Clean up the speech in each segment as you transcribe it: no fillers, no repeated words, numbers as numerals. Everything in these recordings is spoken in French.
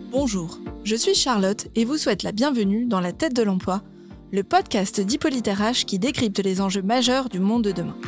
Bonjour, je suis Charlotte et vous souhaite la bienvenue dans La Tête de l'Emploi, le podcast d'Hippolyte RH qui décrypte les enjeux majeurs du monde de demain.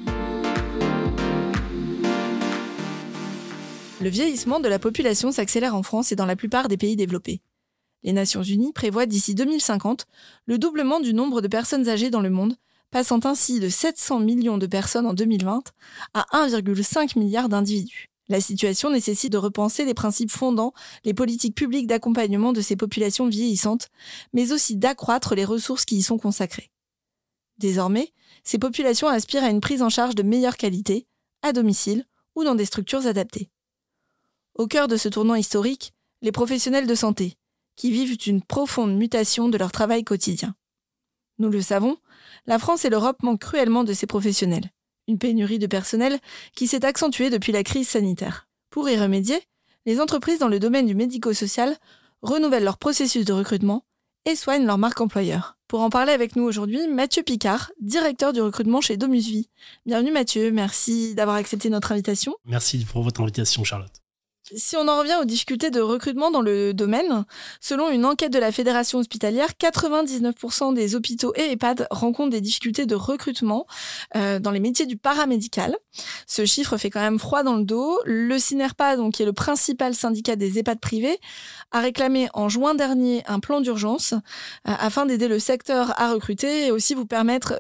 Le vieillissement de la population s'accélère en France et dans la plupart des pays développés. Les Nations Unies prévoient d'ici 2050 le doublement du nombre de personnes âgées dans le monde, passant ainsi de 700 millions de personnes en 2020 à 1,5 milliard d'individus. La situation nécessite de repenser les principes fondant les politiques publiques d'accompagnement de ces populations vieillissantes, mais aussi d'accroître les ressources qui y sont consacrées. Désormais, ces populations aspirent à une prise en charge de meilleure qualité, à domicile ou dans des structures adaptées. Au cœur de ce tournant historique, les professionnels de santé, qui vivent une profonde mutation de leur travail quotidien. Nous le savons, la France et l'Europe manquent cruellement de ces professionnels. Une pénurie de personnel qui s'est accentuée depuis la crise sanitaire. Pour y remédier, les entreprises dans le domaine du médico-social renouvellent leur processus de recrutement et soignent leur marque employeur. Pour en parler avec nous aujourd'hui, Mathieu Picard, directeur du recrutement chez DomusVie. Bienvenue Mathieu, merci d'avoir accepté notre invitation. Merci pour votre invitation Charlotte. Si on en revient aux difficultés de recrutement dans le domaine, selon une enquête de la Fédération hospitalière, 99% des hôpitaux et EHPAD rencontrent des difficultés de recrutement dans les métiers du paramédical. Ce chiffre fait quand même froid dans le dos. Le CINERPA, donc, qui est le principal syndicat des EHPAD privés, a réclamé en juin dernier un plan d'urgence afin d'aider le secteur à recruter et aussi vous permettre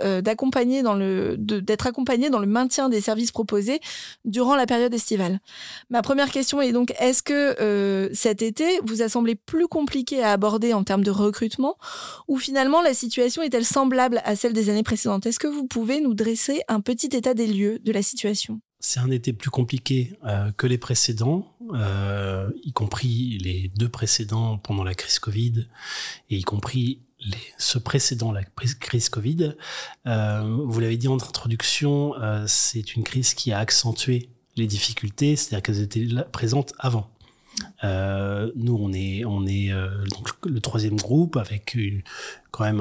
d'être accompagné dans le maintien des services proposés durant la période estivale. Ma première question est donc, est-ce que cet été vous a semblé plus compliqué à aborder en termes de recrutement ou finalement la situation est-elle semblable à celle des années précédentes ? Est-ce que vous pouvez nous dresser un petit état des lieux de la situation ? C'est un été plus compliqué que les précédents, y compris les deux précédents pendant la crise Covid et y compris ce précédent, la crise Covid. Vous l'avez dit en introduction, c'est une crise qui a accentué les difficultés, c'est-à-dire qu'elles étaient présentes avant. Nous, on est donc le troisième groupe avec quand même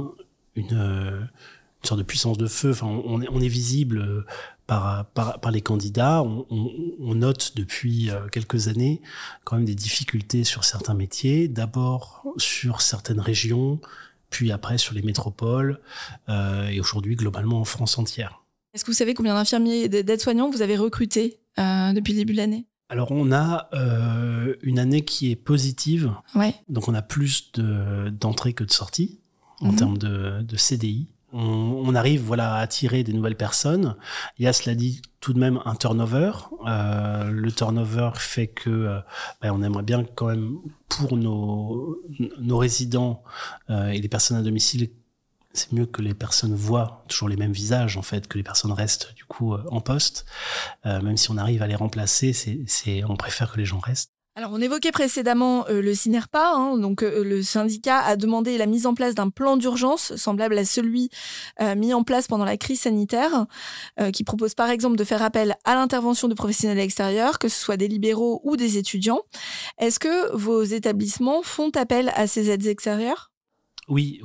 une sorte de puissance de feu. Enfin, on est visible par les candidats. On note depuis quelques années quand même des difficultés sur certains métiers. D'abord sur certaines régions, puis après sur les métropoles, et aujourd'hui globalement en France entière. Est-ce que vous savez combien d'infirmiers et d'aides-soignants vous avez recrutés depuis le début de l'année ? Alors, on a une année qui est positive. Ouais. Donc, on a plus d'entrées que de sorties en termes de CDI. On arrive à attirer des nouvelles personnes. Il y a, cela dit, tout de même un turnover. Le turnover fait que on aimerait bien quand même pour nos résidents et les personnes à domicile, c'est mieux que les personnes voient toujours les mêmes visages, en fait, que les personnes restent, du coup, en poste. Même si on arrive à les remplacer, on préfère que les gens restent. Alors, on évoquait précédemment le CINERPA, donc le syndicat a demandé la mise en place d'un plan d'urgence semblable à celui mis en place pendant la crise sanitaire, qui propose par exemple de faire appel à l'intervention de professionnels extérieurs, que ce soit des libéraux ou des étudiants. Est-ce que vos établissements font appel à ces aides extérieures ? Oui.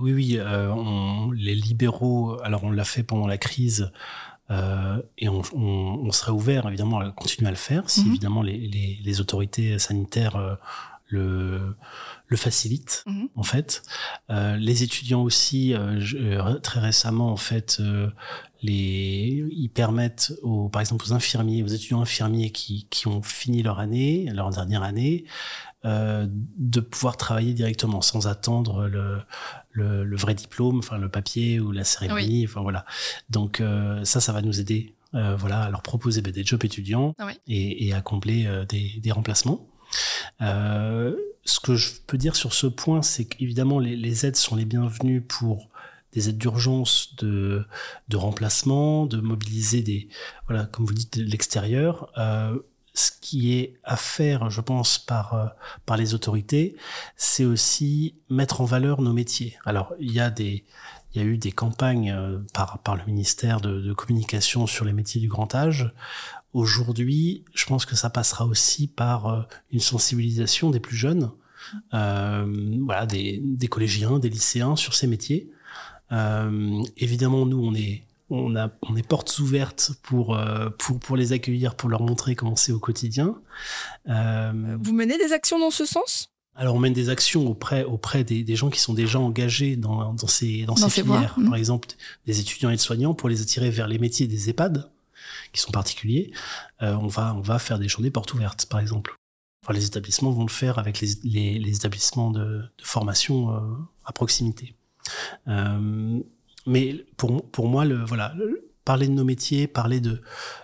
Les libéraux, alors on l'a fait pendant la crise et on serait ouvert évidemment à continuer à le faire si évidemment les autorités sanitaires le facilitent en fait. Les étudiants aussi, très récemment en fait, ils permettent par exemple aux étudiants infirmiers qui ont fini leur dernière année, de pouvoir travailler directement sans attendre le vrai diplôme, enfin le papier ou la cérémonie, oui. Enfin voilà. Donc ça va nous aider, à leur proposer des jobs étudiants et à combler des remplacements. Ce que je peux dire sur ce point, c'est qu'évidemment les aides sont les bienvenues pour des aides d'urgence, de remplacement, de mobiliser comme vous dites, de l'extérieur. Ce qui est à faire, je pense, par les autorités, c'est aussi mettre en valeur nos métiers. Alors, il y a eu des campagnes par le ministère de communication sur les métiers du grand âge. Aujourd'hui, je pense que ça passera aussi par une sensibilisation des plus jeunes, des collégiens, des lycéens sur ces métiers. Évidemment, nous, on est portes ouvertes pour les accueillir, pour leur montrer comment c'est au quotidien. Vous menez des actions dans ce sens ? Alors, on mène des actions auprès des gens qui sont déjà engagés dans ces filières. Voies. Par exemple, des étudiants et aides-soignants, pour les attirer vers les métiers des EHPAD, qui sont particuliers. On va faire des journées portes ouvertes, par exemple. Enfin, les établissements vont le faire avec les établissements de formation à proximité. Mais pour moi, parler de nos métiers, parler de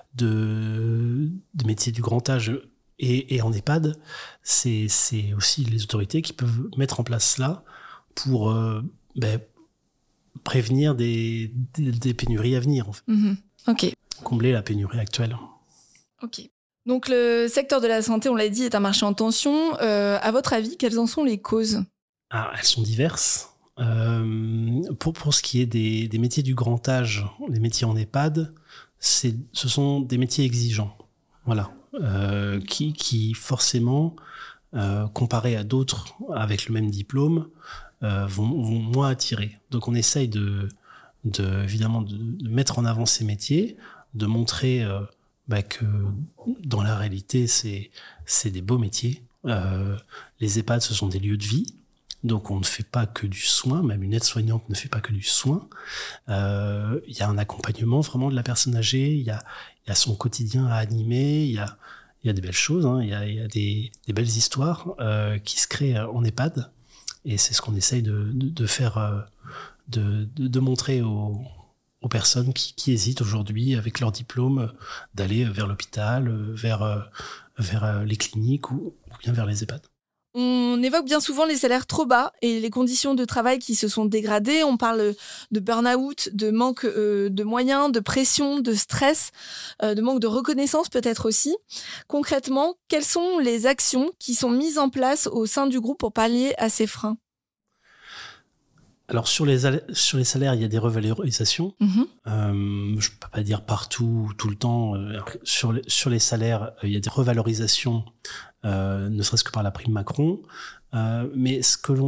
métiers du grand âge et en EHPAD, c'est aussi les autorités qui peuvent mettre en place cela pour prévenir des pénuries à venir, en fait. Ok. Combler la pénurie actuelle. Ok. Donc le secteur de la santé, on l'a dit, est un marché en tension. À votre avis, quelles en sont les causes ? Elles sont diverses. Pour ce qui est des métiers du grand âge, les métiers en EHPAD, ce sont des métiers exigeants. Voilà. Qui forcément, comparés à d'autres avec le même diplôme, vont moins attirer. Donc on essaye évidemment de mettre en avant ces métiers, de montrer que dans la réalité, c'est des beaux métiers. Les EHPAD, ce sont des lieux de vie. Donc, on ne fait pas que du soin, même une aide-soignante ne fait pas que du soin. Il y a un accompagnement vraiment de la personne âgée, il y a son quotidien à animer, il y a des belles choses, hein, il y a des belles histoires qui se créent en EHPAD. Et c'est ce qu'on essaye de faire, de montrer aux personnes qui hésitent aujourd'hui avec leur diplôme d'aller vers l'hôpital, vers les cliniques ou bien vers les EHPAD. On évoque bien souvent les salaires trop bas et les conditions de travail qui se sont dégradées. On parle de burn-out, de manque de moyens, de pression, de stress, de manque de reconnaissance peut-être aussi. Concrètement, quelles sont les actions qui sont mises en place au sein du groupe pour pallier à ces freins ? Alors sur les salaires, il y a des revalorisations. Je ne peux pas dire partout, tout le temps. Sur les salaires, il y a des revalorisations, ne serait-ce que par la prime Macron. Mais ce que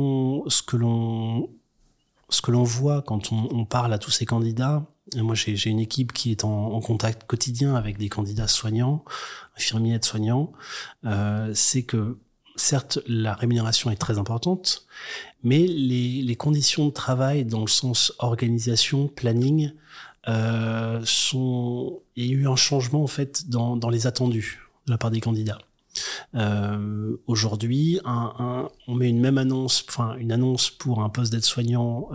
l'on voit quand on parle à tous ces candidats, et moi j'ai une équipe qui est en contact quotidien avec des candidats soignants, infirmiers, aides-soignants, c'est que certes, la rémunération est très importante, mais les conditions de travail dans le sens organisation, planning, il y a eu un changement en fait dans les attendus de la part des candidats. Aujourd'hui, on met une annonce pour un poste d'aide-soignant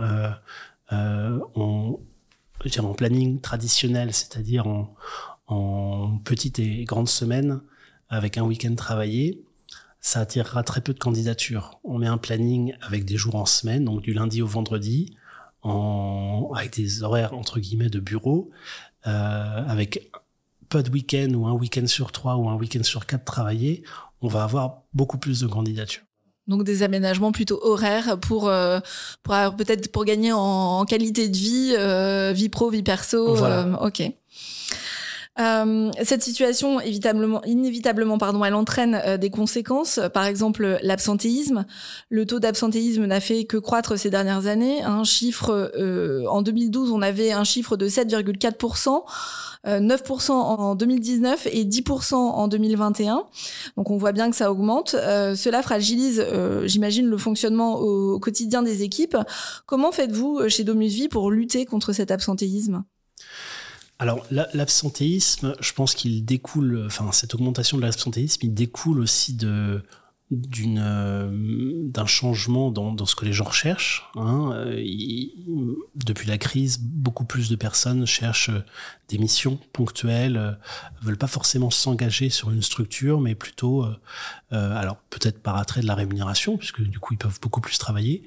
en planning traditionnel, c'est-à-dire en petite et grande semaine avec un week-end travaillé. Ça attirera très peu de candidatures. On met un planning avec des jours en semaine, donc du lundi au vendredi, avec des horaires entre guillemets de bureau, avec peu de week-end ou un week-end sur 3 ou un week-end sur 4 travaillés, on va avoir beaucoup plus de candidatures. Donc des aménagements plutôt horaires pour peut-être pour gagner en qualité de vie pro, vie perso. Voilà. Ok. Cette situation, inévitablement, elle entraîne des conséquences. Par exemple, l'absentéisme. Le taux d'absentéisme n'a fait que croître ces dernières années. En 2012, on avait un chiffre de 7,4%, 9% en 2019 et 10% en 2021. Donc on voit bien que ça augmente. Cela fragilise, j'imagine, le fonctionnement au quotidien des équipes. Comment faites-vous chez Domus Vie pour lutter contre cet absentéisme ? Alors, l'absentéisme, je pense qu'il découle, cette augmentation de l'absentéisme, il découle aussi d'un changement dans ce que les gens recherchent. Depuis la crise, beaucoup plus de personnes cherchent des missions ponctuelles, veulent pas forcément s'engager sur une structure, mais plutôt, alors peut-être par attrait de la rémunération, puisque du coup ils peuvent beaucoup plus travailler.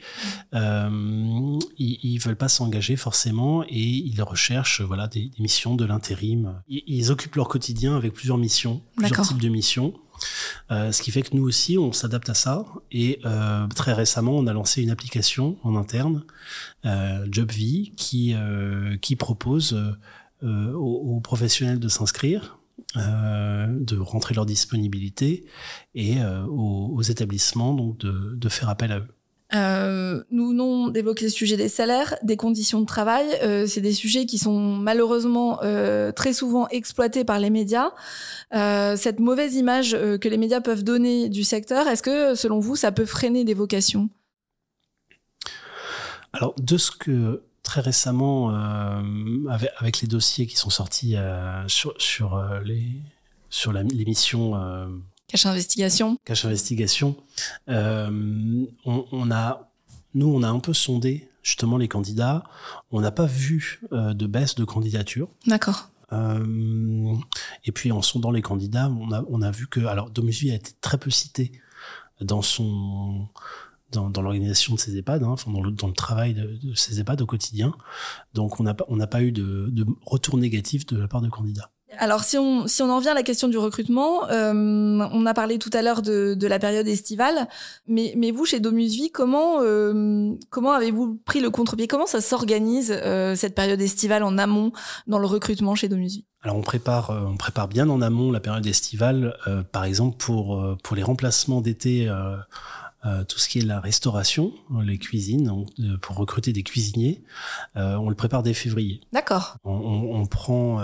Ils veulent pas s'engager forcément et ils recherchent des missions, de l'intérim. Ils occupent leur quotidien avec plusieurs missions, plusieurs types de missions. Ce qui fait que nous aussi, on s'adapte à ça. Et très récemment, on a lancé une application en interne, JobVie, qui propose aux professionnels de s'inscrire, de rentrer leur disponibilité et aux établissements donc de faire appel à eux. Nous venons d'évoquer le sujet des salaires, des conditions de travail. C'est des sujets qui sont malheureusement très souvent exploités par les médias. Cette mauvaise image que les médias peuvent donner du secteur, est-ce que, selon vous, ça peut freiner des vocations ? Alors, de ce que très récemment, avec les dossiers qui sont sortis sur l'émission Cache Investigation, on a un peu sondé justement les candidats. On n'a pas vu de baisse de candidature. D'accord. Et puis en sondant les candidats, on a vu que Domusvie a été très peu cité dans l'organisation de ces EHPAD, dans le travail de ces EHPAD au quotidien. Donc on n'a pas eu de retour négatif de la part de candidats. Alors si on en revient à la question du recrutement, on a parlé tout à l'heure de la période estivale, mais vous chez Domusvie, comment avez-vous pris le contre-pied ? Comment ça s'organise cette période estivale en amont dans le recrutement chez Domusvie ? Alors on prépare bien en amont la période estivale, par exemple pour les remplacements d'été. Tout ce qui est la restauration, les cuisines, donc, pour recruter des cuisiniers, on le prépare dès février. D'accord. On prend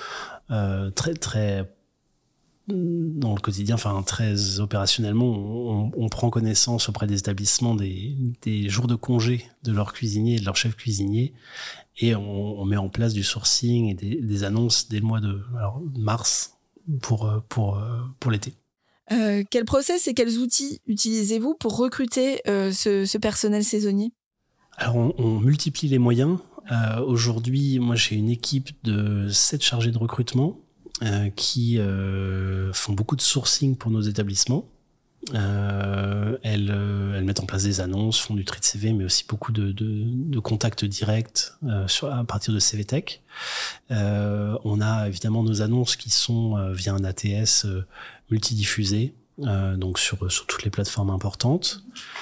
très dans le quotidien, très opérationnellement, on prend connaissance auprès des établissements des jours de congé de leurs cuisiniers et de leurs chefs cuisiniers, et on met en place du sourcing et des annonces dès le mois de mars pour l'été. Quel process et quels outils utilisez-vous pour recruter ce personnel saisonnier ? Alors, on multiplie les moyens. Aujourd'hui, moi, j'ai une équipe de 7 chargés de recrutement qui font beaucoup de sourcing pour nos établissements. Elles mettent en place des annonces, font du tri de CV, mais aussi beaucoup de contacts directs à partir de CVTech. On a évidemment nos annonces qui sont via un ATS multidiffusé, donc sur toutes les plateformes importantes.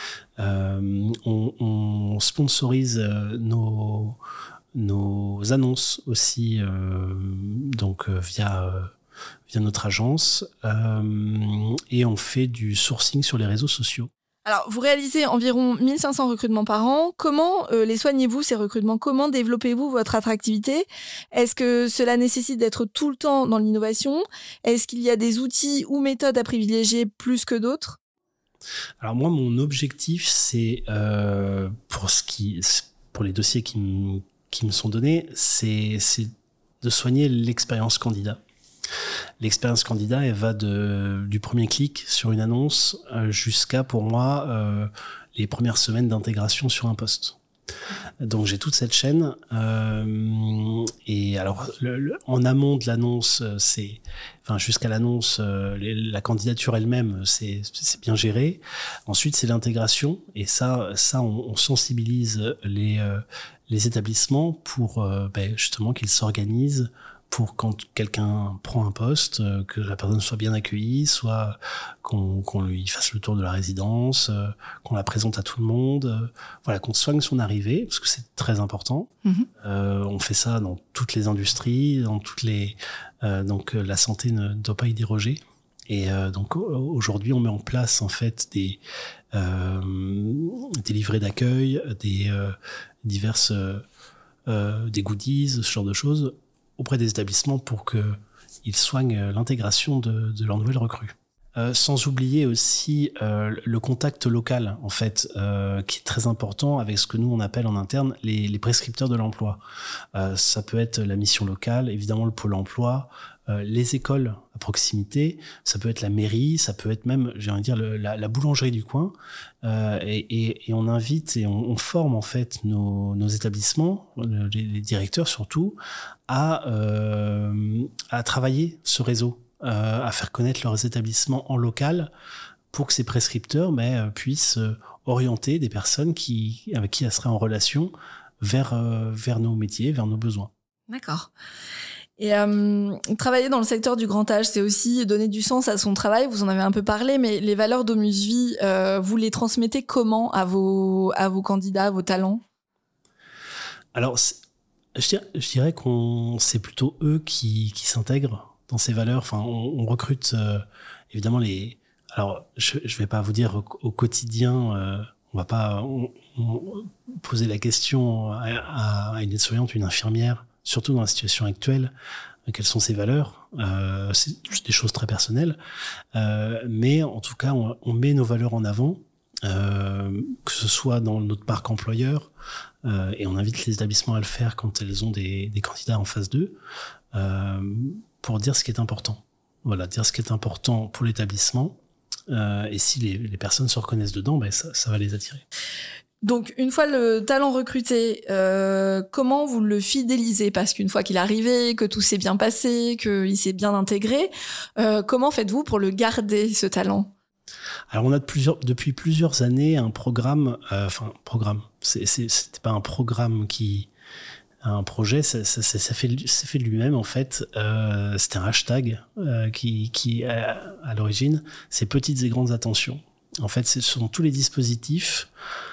On sponsorise nos annonces aussi, donc via notre agence, et on fait du sourcing sur les réseaux sociaux. Alors, vous réalisez environ 1500 recrutements par an. Comment les soignez-vous, ces recrutements ? Comment développez-vous votre attractivité ? Est-ce que cela nécessite d'être tout le temps dans l'innovation ? Est-ce qu'il y a des outils ou méthodes à privilégier plus que d'autres ? Alors moi, mon objectif, c'est pour les dossiers qui me sont donnés, c'est de soigner l'expérience candidat. L'expérience candidat, elle va du premier clic sur une annonce jusqu'à, pour moi, les premières semaines d'intégration sur un poste. Donc j'ai toute cette chaîne, et alors en amont de l'annonce, jusqu'à l'annonce, la candidature elle-même, c'est bien géré. Ensuite c'est l'intégration, et ça on sensibilise les établissements pour justement qu'ils s'organisent pour quand quelqu'un prend un poste, que la personne soit bien accueillie, soit qu'on lui fasse le tour de la résidence, qu'on la présente à tout le monde, qu'on soigne son arrivée, parce que c'est très important. On fait ça dans toutes les industries, dans toutes les donc la santé ne doit pas y déroger. Et donc aujourd'hui, on met en place en fait des livrets d'accueil, des goodies, ce genre de choses, auprès des établissements pour qu'ils soignent l'intégration de leurs nouvelles recrues. Sans oublier aussi le contact local, en fait, qui est très important avec ce que nous on appelle en interne les prescripteurs de l'emploi. Ça peut être la mission locale, évidemment le pôle emploi, les écoles à proximité, ça peut être la mairie, ça peut être même, j'ai envie de dire, la boulangerie du coin, et on invite et on forme en fait nos établissements, les directeurs surtout, à travailler ce réseau, à faire connaître leurs établissements en local pour que ces prescripteurs puissent orienter des personnes avec qui elles seraient en relation vers nos métiers, vers nos besoins. D'accord. Et travailler dans le secteur du grand âge, c'est aussi donner du sens à son travail. Vous en avez un peu parlé, mais les valeurs Domusvie, vous les transmettez comment à vos candidats, à vos talents ? Alors, je dirais qu'on c'est plutôt eux qui s'intègrent dans ces valeurs. Enfin, on recrute évidemment Alors, je vais pas vous dire au quotidien. on va pas poser la question à une aide-soignante, une infirmière, surtout dans la situation actuelle, quelles sont ses valeurs. C'est des choses très personnelles, mais en tout cas, on met nos valeurs en avant, que ce soit dans notre parc employeur, et on invite les établissements à le faire quand elles ont des candidats en phase 2, pour dire ce qui est important. Voilà, dire ce qui est important pour l'établissement, et si les personnes se reconnaissent dedans, ça va les attirer. Donc, une fois le talent recruté, comment vous le fidélisez? Parce qu'une fois qu'il est arrivé, que tout s'est bien passé, qu'il s'est bien intégré, comment faites-vous pour le garder, ce talent? Alors, on a depuis plusieurs années un programme, c'était pas un programme un projet, ça fait de lui-même, en fait. C'était un hashtag qui à l'origine, c'est petites et grandes attentions. En fait, ce sont tous les dispositifs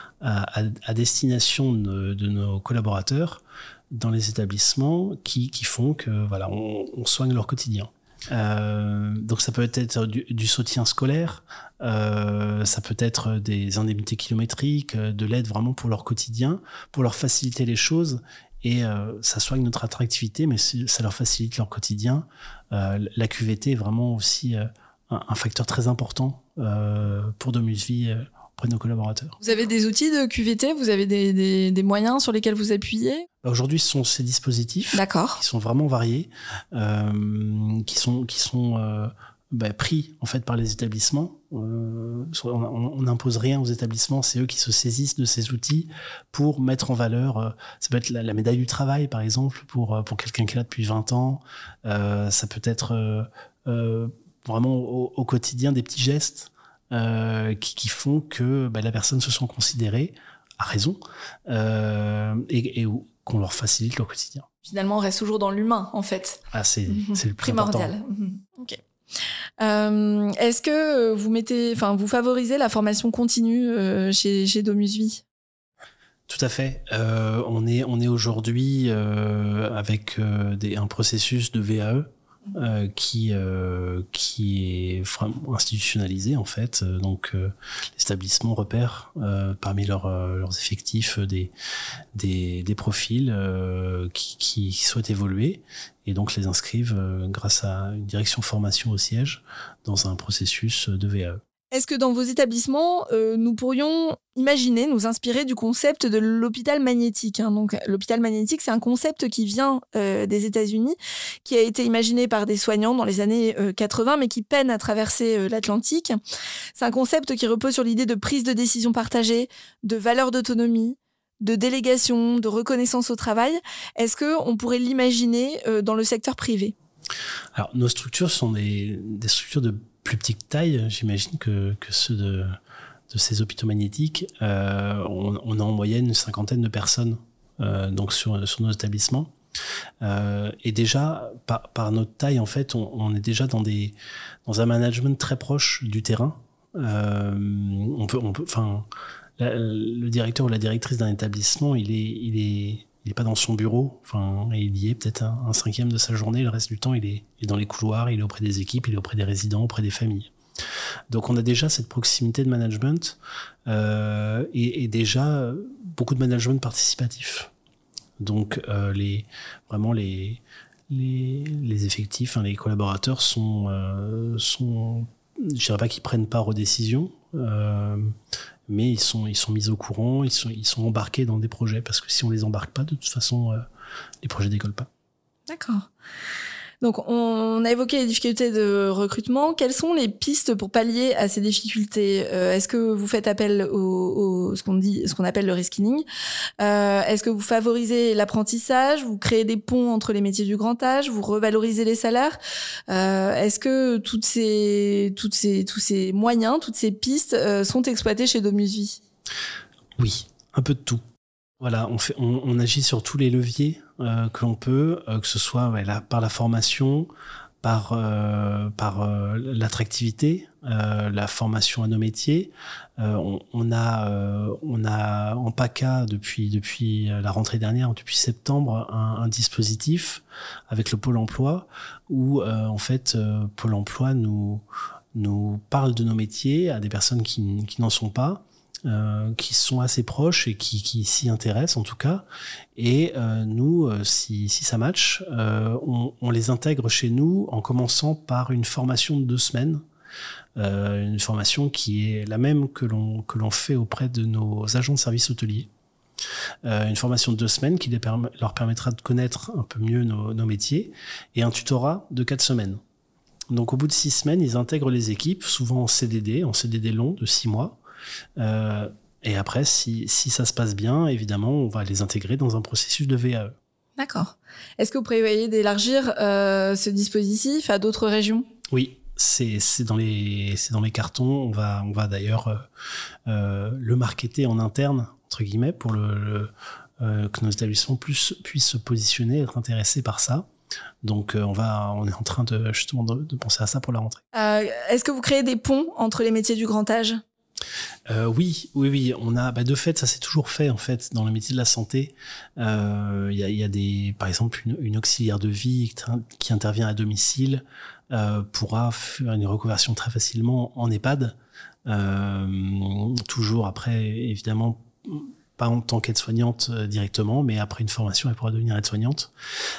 à destination de nos collaborateurs dans les établissements qui font que voilà, on soigne leur quotidien. Donc ça peut être du soutien scolaire, ça peut être des indemnités kilométriques, de l'aide vraiment pour leur quotidien, pour leur faciliter les choses, et ça soigne notre attractivité, mais ça leur facilite leur quotidien. La QVT est vraiment aussi un facteur très important pour DomusVi auprès de nos collaborateurs. Vous avez des outils de QVT? Vous avez des moyens sur lesquels vous appuyez? Aujourd'hui, ce sont ces dispositifs qui sont vraiment variés, qui sont pris en fait par les établissements. On n'impose rien aux établissements, c'est eux qui se saisissent de ces outils pour mettre en valeur. Ça peut être la médaille du travail, par exemple, pour quelqu'un qui est là depuis 20 ans. Ça peut être vraiment au quotidien des petits gestes qui font que la personne se sent considérée, à raison, et qu'on leur facilite leur quotidien. Finalement, on reste toujours dans l'humain, en fait. C'est le plus primordial. important. Ok. Est-ce que vous favorisez la formation continue chez DomusVi? Tout à fait. On est aujourd'hui avec un processus de VAE qui est vraiment institutionnalisé, en fait. Donc l'établissement repère parmi leurs effectifs des profils qui souhaitent évoluer, et donc les inscrivent grâce à une direction formation au siège dans un processus de VAE. Est-ce que dans vos établissements, nous pourrions imaginer, nous inspirer du concept de l'hôpital magnétique, hein? Donc, l'hôpital magnétique, c'est un concept qui vient des États-Unis, qui a été imaginé par des soignants dans les années 80, mais qui peine à traverser l'Atlantique. C'est un concept qui repose sur l'idée de prise de décision partagée, de valeur d'autonomie, de délégation, de reconnaissance au travail. Est-ce qu'on pourrait l'imaginer dans le secteur privé? Alors, nos structures sont des structures de plus petite taille, j'imagine, que ceux de ces hôpitaux magnétiques. On a en moyenne une 50aine de personnes donc sur nos établissements. Et déjà, par notre taille, en fait, on est déjà dans un management très proche du terrain. Le directeur ou la directrice d'un établissement, il est pas dans son bureau, il y est peut-être un cinquième de sa journée, le reste du temps il est dans les couloirs, il est auprès des équipes, il est auprès des résidents, auprès des familles. Donc on a déjà cette proximité de management et déjà beaucoup de management participatif. Donc les effectifs, les collaborateurs sont je dirais pas qu'ils prennent part aux décisions, mais ils sont mis au courant, ils sont embarqués dans des projets, parce que si on les embarque pas, de toute façon, les projets décollent pas. D'accord. Donc, on a évoqué les difficultés de recrutement. Quelles sont les pistes pour pallier à ces difficultés? Est-ce que vous faites appel ce qu'on appelle le reskilling? Est-ce que vous favorisez l'apprentissage? Vous créez des ponts entre les métiers du grand âge? Vous revalorisez les salaires? Est-ce que tous ces moyens, toutes ces pistes sont exploitées chez DomusVi? Oui, un peu de tout. Voilà, on agit sur tous les leviers que l'on peut, que ce soit par la formation, par l'attractivité, la formation à nos métiers. On a en PACA depuis la rentrée dernière, depuis septembre, un dispositif avec le Pôle emploi où en fait Pôle emploi nous parle de nos métiers à des personnes qui n'en sont pas, qui sont assez proches et qui s'y intéressent en tout cas. Et nous, si ça match, on les intègre chez nous en commençant par une formation de 2 semaines. Une formation qui est la même que l'on fait auprès de nos agents de service hôteliers. Une formation de 2 semaines qui leur permettra de connaître un peu mieux nos métiers, et un tutorat de 4 semaines. Donc au bout de 6 semaines, ils intègrent les équipes, souvent en CDD long de 6 mois. Et après, si ça se passe bien, évidemment, on va les intégrer dans un processus de VAE. D'accord. Est-ce que vous prévoyez d'élargir ce dispositif à d'autres régions ? Oui. C'est dans les cartons. On va d'ailleurs le marketer en interne, entre guillemets, pour que nos établissements puissent se positionner, être intéressés par ça. Donc on est en train justement de penser à ça pour la rentrée. Est-ce que vous créez des ponts entre les métiers du grand âge ? Oui. On a, de fait, ça s'est toujours fait en fait dans le métier de la santé. Il y a par exemple, une auxiliaire de vie qui intervient à domicile pourra faire une reconversion très facilement en EHPAD. Toujours après, évidemment, pas en tant qu'aide-soignante directement, mais après une formation, elle pourra devenir aide-soignante.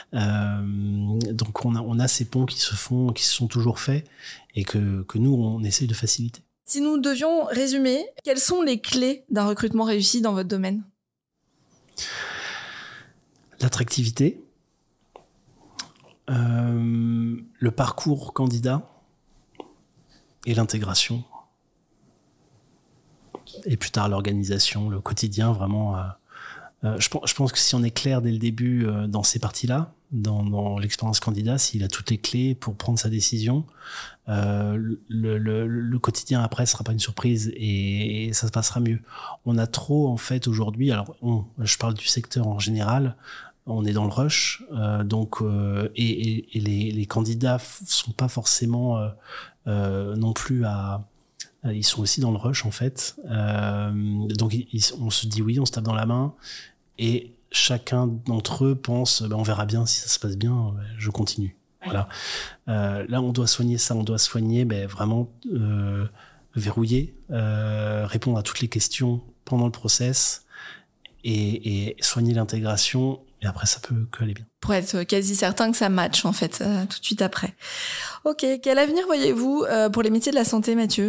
Donc on a ces ponts qui se sont toujours faits et que nous, on essaye de faciliter. Si nous devions résumer, quelles sont les clés d'un recrutement réussi dans votre domaine ? L'attractivité, le parcours candidat et l'intégration. Et plus tard, l'organisation, le quotidien, vraiment. Je pense que si on est clair dès le début dans ces parties-là, dans l'expérience candidat, s'il a toutes les clés pour prendre sa décision, le quotidien après ne sera pas une surprise et ça se passera mieux. On a trop, en fait, aujourd'hui, alors je parle du secteur en général, on est dans le rush, et les candidats sont pas forcément non plus ils sont aussi dans le rush, en fait. Donc, on se dit oui, on se tape dans la main. Et chacun d'entre eux pense, on verra bien si ça se passe bien, je continue. Voilà. Là, on doit soigner ça, on doit soigner, vraiment verrouiller, répondre à toutes les questions pendant le process et soigner l'intégration. Et après, ça peut que aller bien. Pour être quasi certain que ça matche, en fait, tout de suite après. Ok, quel avenir voyez-vous pour les métiers de la santé, Mathieu ?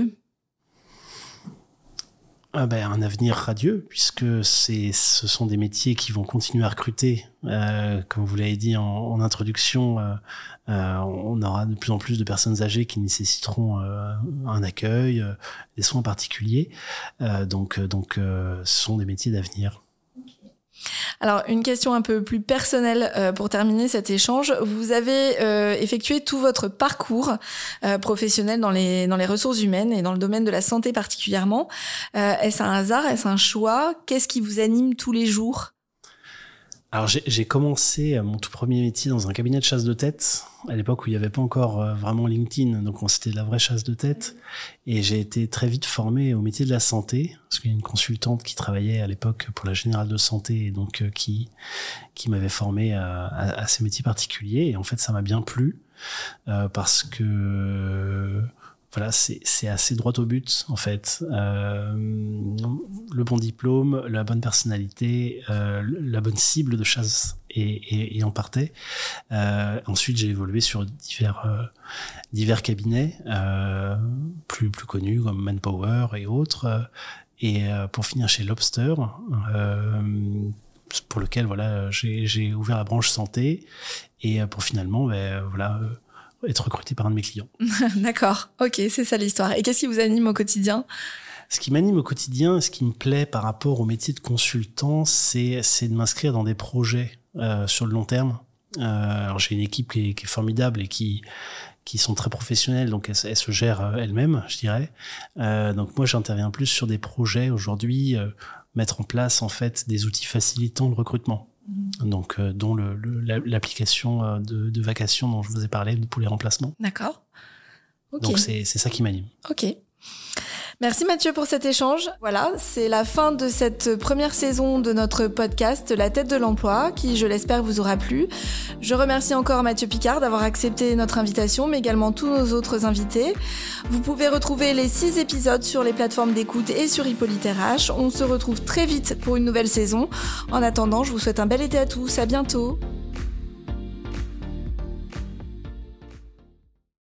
Un avenir radieux, puisque ce sont des métiers qui vont continuer à recruter. Comme vous l'avez dit en introduction, on aura de plus en plus de personnes âgées qui nécessiteront un accueil, des soins particuliers. Donc, ce sont des métiers d'avenir. Alors, une question un peu plus personnelle pour terminer cet échange. Vous avez effectué tout votre parcours professionnel dans les ressources humaines et dans le domaine de la santé particulièrement. Est-ce un hasard? Est-ce un choix? Qu'est-ce qui vous anime tous les jours? Alors, j'ai commencé mon tout premier métier dans un cabinet de chasse de tête, à l'époque où il n'y avait pas encore vraiment LinkedIn, donc c'était de la vraie chasse de tête. Et j'ai été très vite formé au métier de la santé, parce qu'il y a une consultante qui travaillait à l'époque pour la Générale de Santé, et donc qui m'avait formé à ces métiers particuliers. Et en fait, ça m'a bien plu, parce que... Voilà, c'est assez droit au but, en fait. Le bon diplôme, la bonne personnalité, la bonne cible de chasse et on partait. Ensuite, j'ai évolué sur divers cabinets plus connus comme Manpower et autres. Et pour finir chez Lobster, pour lequel j'ai ouvert la branche santé et pour finalement être recruté par un de mes clients. D'accord, ok, c'est ça l'histoire. Et qu'est-ce qui vous anime au quotidien ? Ce qui m'anime au quotidien, ce qui me plaît par rapport au métier de consultant, c'est de m'inscrire dans des projets sur le long terme. Alors j'ai une équipe qui est formidable et qui sont très professionnelles, donc elles se gèrent elles-mêmes, je dirais. Donc moi, j'interviens plus sur des projets aujourd'hui, mettre en place en fait des outils facilitant le recrutement. Donc, dont l'application de vacation dont je vous ai parlé pour les remplacements. D'accord. Okay. Donc, c'est ça qui m'anime. Ok. Merci Mathieu pour cet échange. Voilà, c'est la fin de cette première saison de notre podcast La tête de l'emploi, qui, je l'espère, vous aura plu. Je remercie encore Mathieu Picard d'avoir accepté notre invitation, mais également tous nos autres invités. Vous pouvez retrouver les 6 épisodes sur les plateformes d'écoute et sur Hippolyte RH. On se retrouve très vite pour une nouvelle saison. En attendant, je vous souhaite un bel été à tous. À bientôt.